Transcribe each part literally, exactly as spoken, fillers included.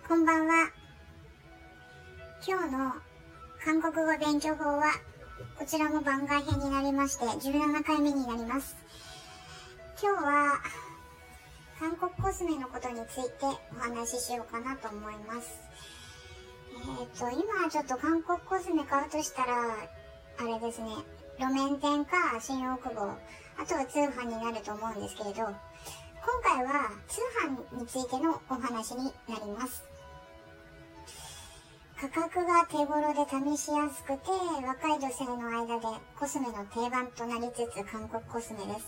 こんばんは。今日の韓国語勉強法はこちらも番外編になりましてじゅうななかいめになります。今日は韓国コスメのことについてお話ししようかなと思います。えっと今ちょっと韓国コスメ買うとしたらあれですね、路面店か新大久保、あとは通販になると思うんですけれど、今回は通販についてのお話になります。価格が手頃で試しやすくて若い女性の間でコスメの定番となりつつ韓国コスメです。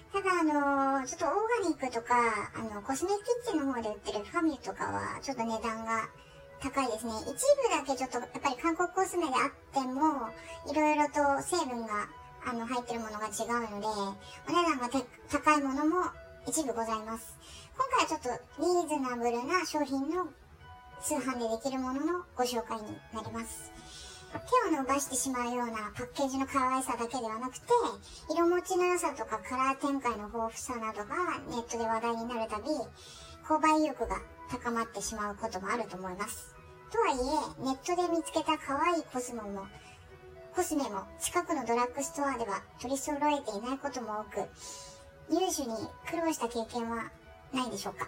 ただあのー、ちょっとオーガニックとかあのコスメキッチンの方で売ってるファミュとかはちょっと値段が高いですね。一部だけちょっとやっぱり韓国コスメであってもいろいろと成分があの入ってるものが違うのでお値段が高いものも一部ございます。今回はちょっとリーズナブルな商品の通販でできるもののご紹介になります。手を伸ばしてしまうようなパッケージの可愛さだけではなくて、色持ちの良さとかカラー展開の豊富さなどがネットで話題になるたび、購買意欲が高まってしまうこともあると思います。とはいえ、ネットで見つけた可愛いコスメも、コスメも近くのドラッグストアでは取り揃えていないことも多く、入手に苦労した経験はないでしょうか。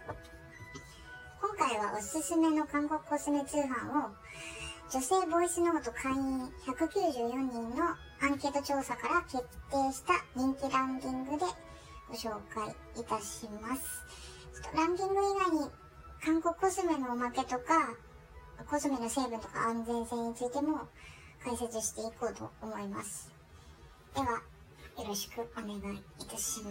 今回はおすすめの韓国コスメ通販を女性ボイスノート会員ひゃくきゅうじゅうよにんのアンケート調査から決定した人気ランキングでご紹介いたします。ちょっとランキング以外に韓国コスメのおまけとかコスメの成分とか安全性についても解説していこうと思います。ではよろしくお願いいたします。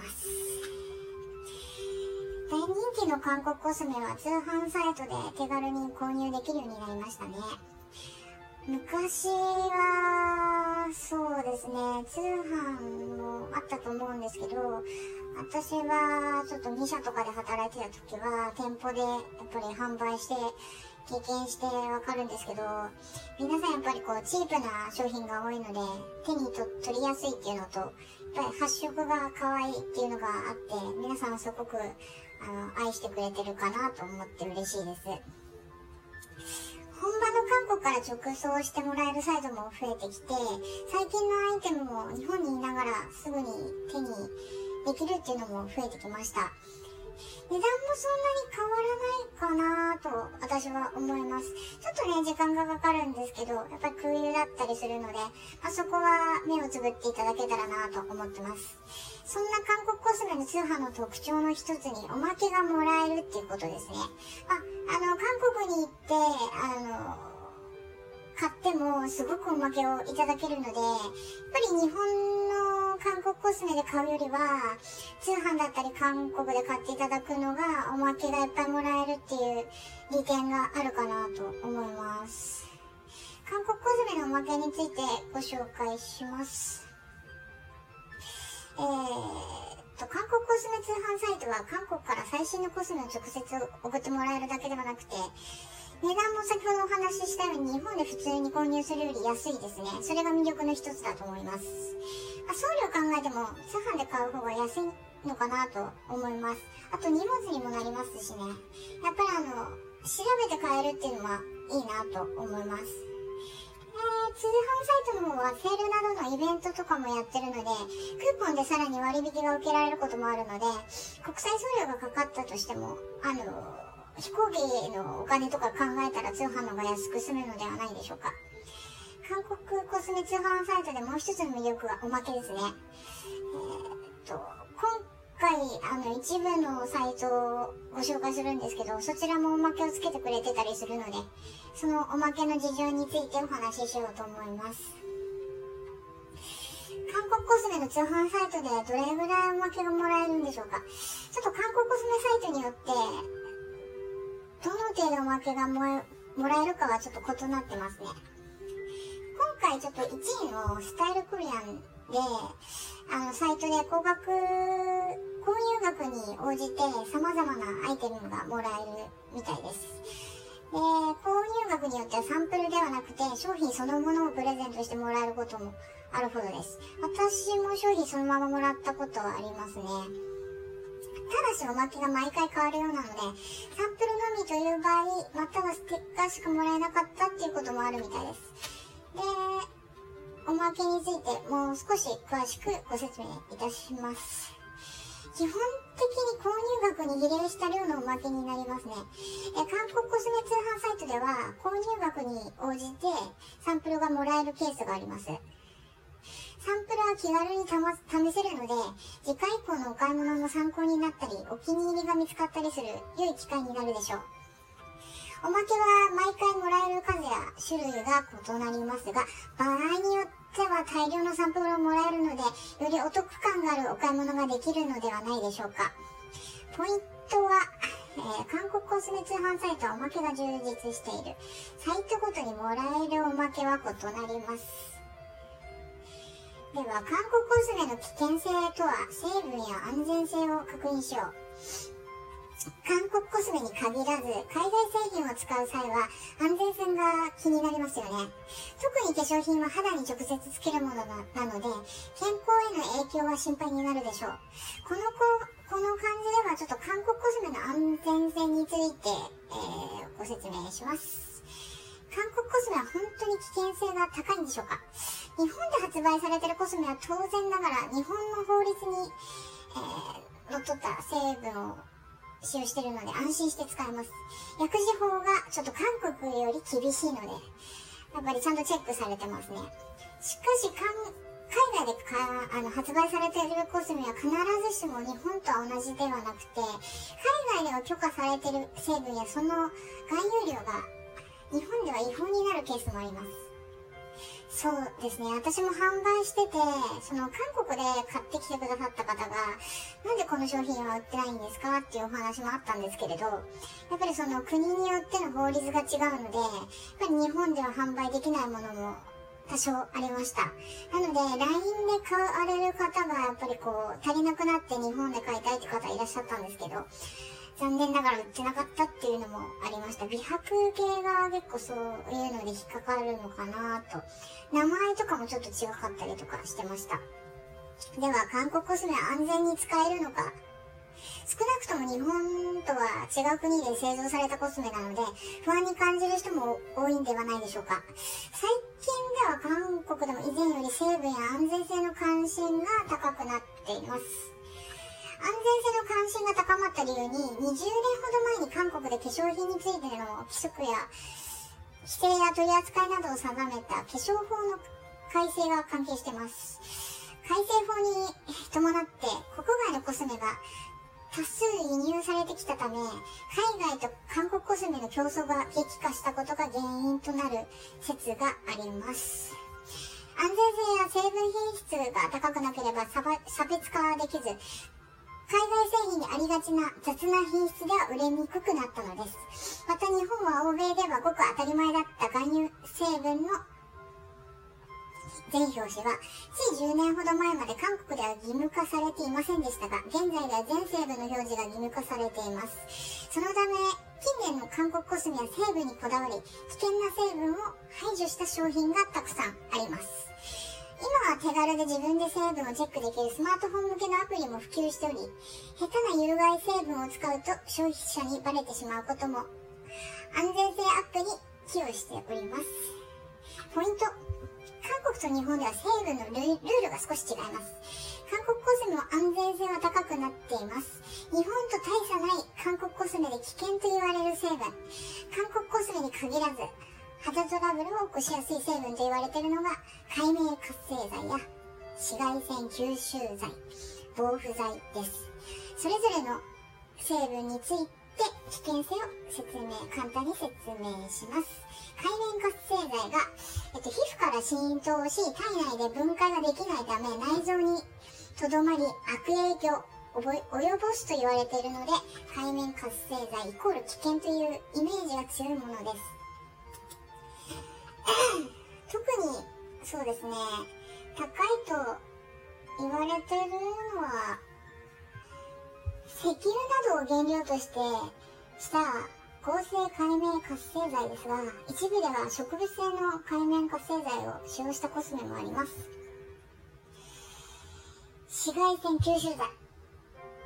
大人気の韓国コスメは通販サイトで手軽に購入できるようになりましたね。昔はそうですね、通販もあったと思うんですけど、私はちょっとに社とかで働いてた時は店舗でやっぱり販売して経験してわかるんですけど、皆さんやっぱりこうチープな商品が多いので手にと取りやすいっていうのと、やっぱり発色が可愛いっていうのがあって皆さんすごくあの愛してくれてるかなと思って嬉しいです。本場の韓国から直送してもらえるサイトも増えてきて、最近のアイテムも日本にいながらすぐに手にできるっていうのも増えてきました。値段もそんなに変わらないかなと私は思います。ちょっとね時間がかかるんですけど、やっぱり空輸だったりするので、まあ、そこは目をつぶっていただけたらなと思ってます。そんな韓国コスメの通販の特徴の一つにおまけがもらえるっていうことですね。まあ、あの韓国に行ってあの買ってもすごくおまけをいただけるので、やっぱり日本の韓国コスメで買うよりは通販だったり韓国で買っていただくのがおまけがいっぱいもらえるっていう利点があるかなと思います。韓国コスメのおまけについてご紹介します。えー、と韓国コスメ通販サイトは韓国から最新のコスメを直接送ってもらえるだけではなくて、値段も先ほどお話ししたように日本で普通に購入するより安いですね。それが魅力の一つだと思います。送料考えても通販で買う方が安いのかなと思います。あと荷物にもなりますしね。やっぱりあの調べて買えるっていうのはいいなと思います。えー、通販サイトの方はセールなどのイベントとかもやってるので、クーポンでさらに割引が受けられることもあるので、国際送料がかかったとしてもあの飛行機のお金とか考えたら通販の方が安く済むのではないでしょうか。韓国コスメ通販サイトでもう一つの魅力はおまけですね。えー、っと今回あの一部のサイトをご紹介するんですけど、そちらもおまけをつけてくれてたりするので、そのおまけの事情についてお話ししようと思います。韓国コスメの通販サイトでどれぐらいおまけがもらえるんでしょうか。ちょっと韓国コスメサイトによってどの程度おまけがもらえるかはちょっと異なってますね。今回ちょっといちいのスタイルコリアンであのサイトで高額購入額に応じて様々なアイテムがもらえるみたいです。で、購入額によってはサンプルではなくて商品そのものをプレゼントしてもらえることもあるほどです。私も商品そのままもらったことはありますね。ただしおまけが毎回変わるようなので、サンプルのみという場合、 しかもらえなかったっていうこともあるみたいです。で、おまけについてもう少し詳しくご説明いたします。基本的に購入額に比例した量のおまけになりますね。え韓国コスメ通販サイトでは購入額に応じてサンプルがもらえるケースがあります。サンプルは気軽にたま試せるので、次回以降のお買い物の参考になったり、お気に入りが見つかったりする良い機会になるでしょう。おまけは毎回もらえる数や種類が異なりますが、場合によっては大量のサンプルをもらえるので、よりお得感があるお買い物ができるのではないでしょうか。ポイントは、えー、韓国コスメ通販サイトはおまけが充実している。サイトごとにもらえるおまけは異なります。では、韓国コスメの危険性とは、成分や安全性を確認しよう。韓国コスメに限らず、海外製品を使う際は安全性が気になりますよね。特に化粧品は肌に直接つけるものなので、健康への影響は心配になるでしょう。このこの感じではちょっと韓国コスメの安全性について、えー、ご説明します。韓国コスメは本当に危険性が高いんでしょうか。日本で発売されているコスメは当然ながら日本の法律に、えー、のっとった成分を使用しているので安心して使えます。薬事法がちょっと韓国より厳しいので、やっぱりちゃんとチェックされてますね。しかし、海外でかあの発売されているコスメは必ずしも日本とは同じではなくて、海外では許可されている成分やその含有量が日本では違法になるケースもあります。そうですね。私も販売してて、その韓国で買ってきてくださった方が、なんでこの商品は売ってないんですかっていうお話もあったんですけれど、やっぱりその国によっての法律が違うので、やっぱり日本では販売できないものも多少ありました。なので、ライン で買われる方がやっぱりこう、足りなくなって日本で買いたいって方いらっしゃったんですけど、残念ながら売ってなかったっていうのもありました。美白系が結構そういうので引っかかるのかなと。名前とかもちょっと違かったりとかしてました。では、韓国コスメは安全に使えるのか。少なくとも日本とは違う国で製造されたコスメなので、不安に感じる人も多いんではないでしょうか。最近では韓国でも以前より成分や安全性の関心が高くなっています。安全性の関心が高まった理由に、にじゅうねんほど前に韓国で化粧品についての規則や規制や取り扱いなどを定めた化粧法の改正が関係しています。改正法に伴って国外のコスメが多数輸入されてきたため、海外と韓国コスメの競争が激化したことが原因となる説があります。安全性や成分品質が高くなければ差別化できず、海外製品にありがちな雑な品質では売れにくくなったのです。また日本は欧米ではごく当たり前だった含有成分の全表示はついじゅうねんほど前まで韓国では義務化されていませんでしたが、現在では全成分の表示が義務化されています。そのため近年の韓国コスメは成分にこだわり、危険な成分を排除した商品がたくさんあります。今は手軽で自分で成分をチェックできるスマートフォン向けのアプリも普及しており、下手な有害成分を使うと消費者にバレてしまうことも安全性アップに寄与しております。ポイント。韓国と日本では成分のルールが少し違います。韓国コスメも安全性は高くなっています。日本と大差ない韓国コスメで危険と言われる成分。韓国コスメに限らず、肌トラブルを起こしやすい成分と言われているのが界面活性剤や紫外線吸収剤、防腐剤です。それぞれの成分について危険性を説明、簡単に説明します。界面活性剤が、えっと、皮膚から浸透し体内で分解ができないため内臓にとどまり悪影響を及ぼすと言われているので、界面活性剤イコール危険というイメージが強いものです。特にそうですね、高いと言われているのは石油などを原料としてした合成界面活性剤ですが、一部では植物性の界面活性剤を使用したコスメもあります。紫外線吸収剤、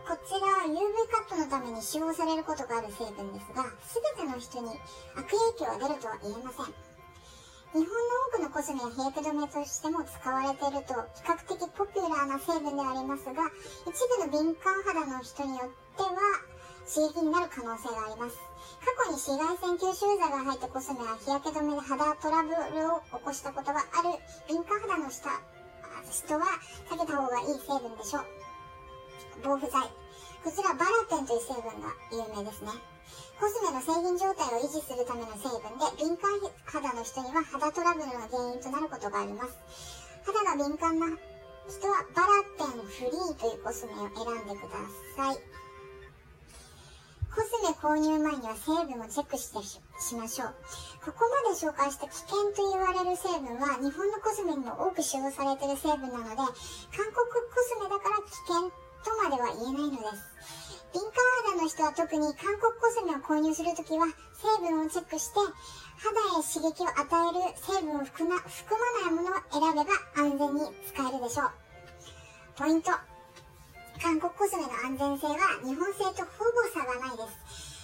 こちらは ユーブイ カットのために使用されることがある成分ですが、すべての人に悪影響が出るとは言えません。日本の多くのコスメや日焼け止めとしても使われていると比較的ポピュラーな成分ではありますが、一部の敏感肌の人によっては刺激になる可能性があります。過去に紫外線吸収剤が入ったコスメや日焼け止めで肌トラブルを起こしたことがある敏感肌の人は避けた方がいい成分でしょう。防腐剤。こちらバラテンという成分が有名ですね。コスメの製品状態を維持するための成分で、敏感肌の人には肌トラブルの原因となることがあります。肌が敏感な人はバラテンフリーというコスメを選んでください。コスメ購入前には成分をチェックして し, しましょう。ここまで紹介した危険と言われる成分は日本のコスメにも多く使用されている成分なので、韓国コスメだから危険とまでは言えないのです。敏感肌の人は特に韓国コスメを購入するときは成分をチェックして肌へ刺激を与える成分を含まないものを選べば安全に使えるでしょう。ポイント。韓国コスメの安全性は日本製とほぼ差がないです。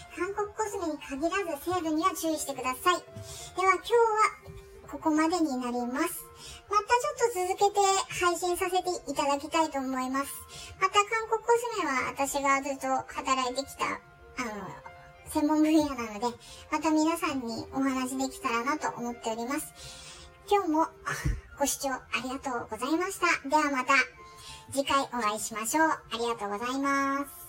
韓国コスメに限らず成分には注意してください。では今日はここまでになります。またちょっと続けて配信させていただきたいと思います。また韓国コスメは私がずっと働いてきた、あの、専門分野なので、また皆さんにお話できたらなと思っております。今日もご視聴ありがとうございました。ではまた次回お会いしましょう。ありがとうございます。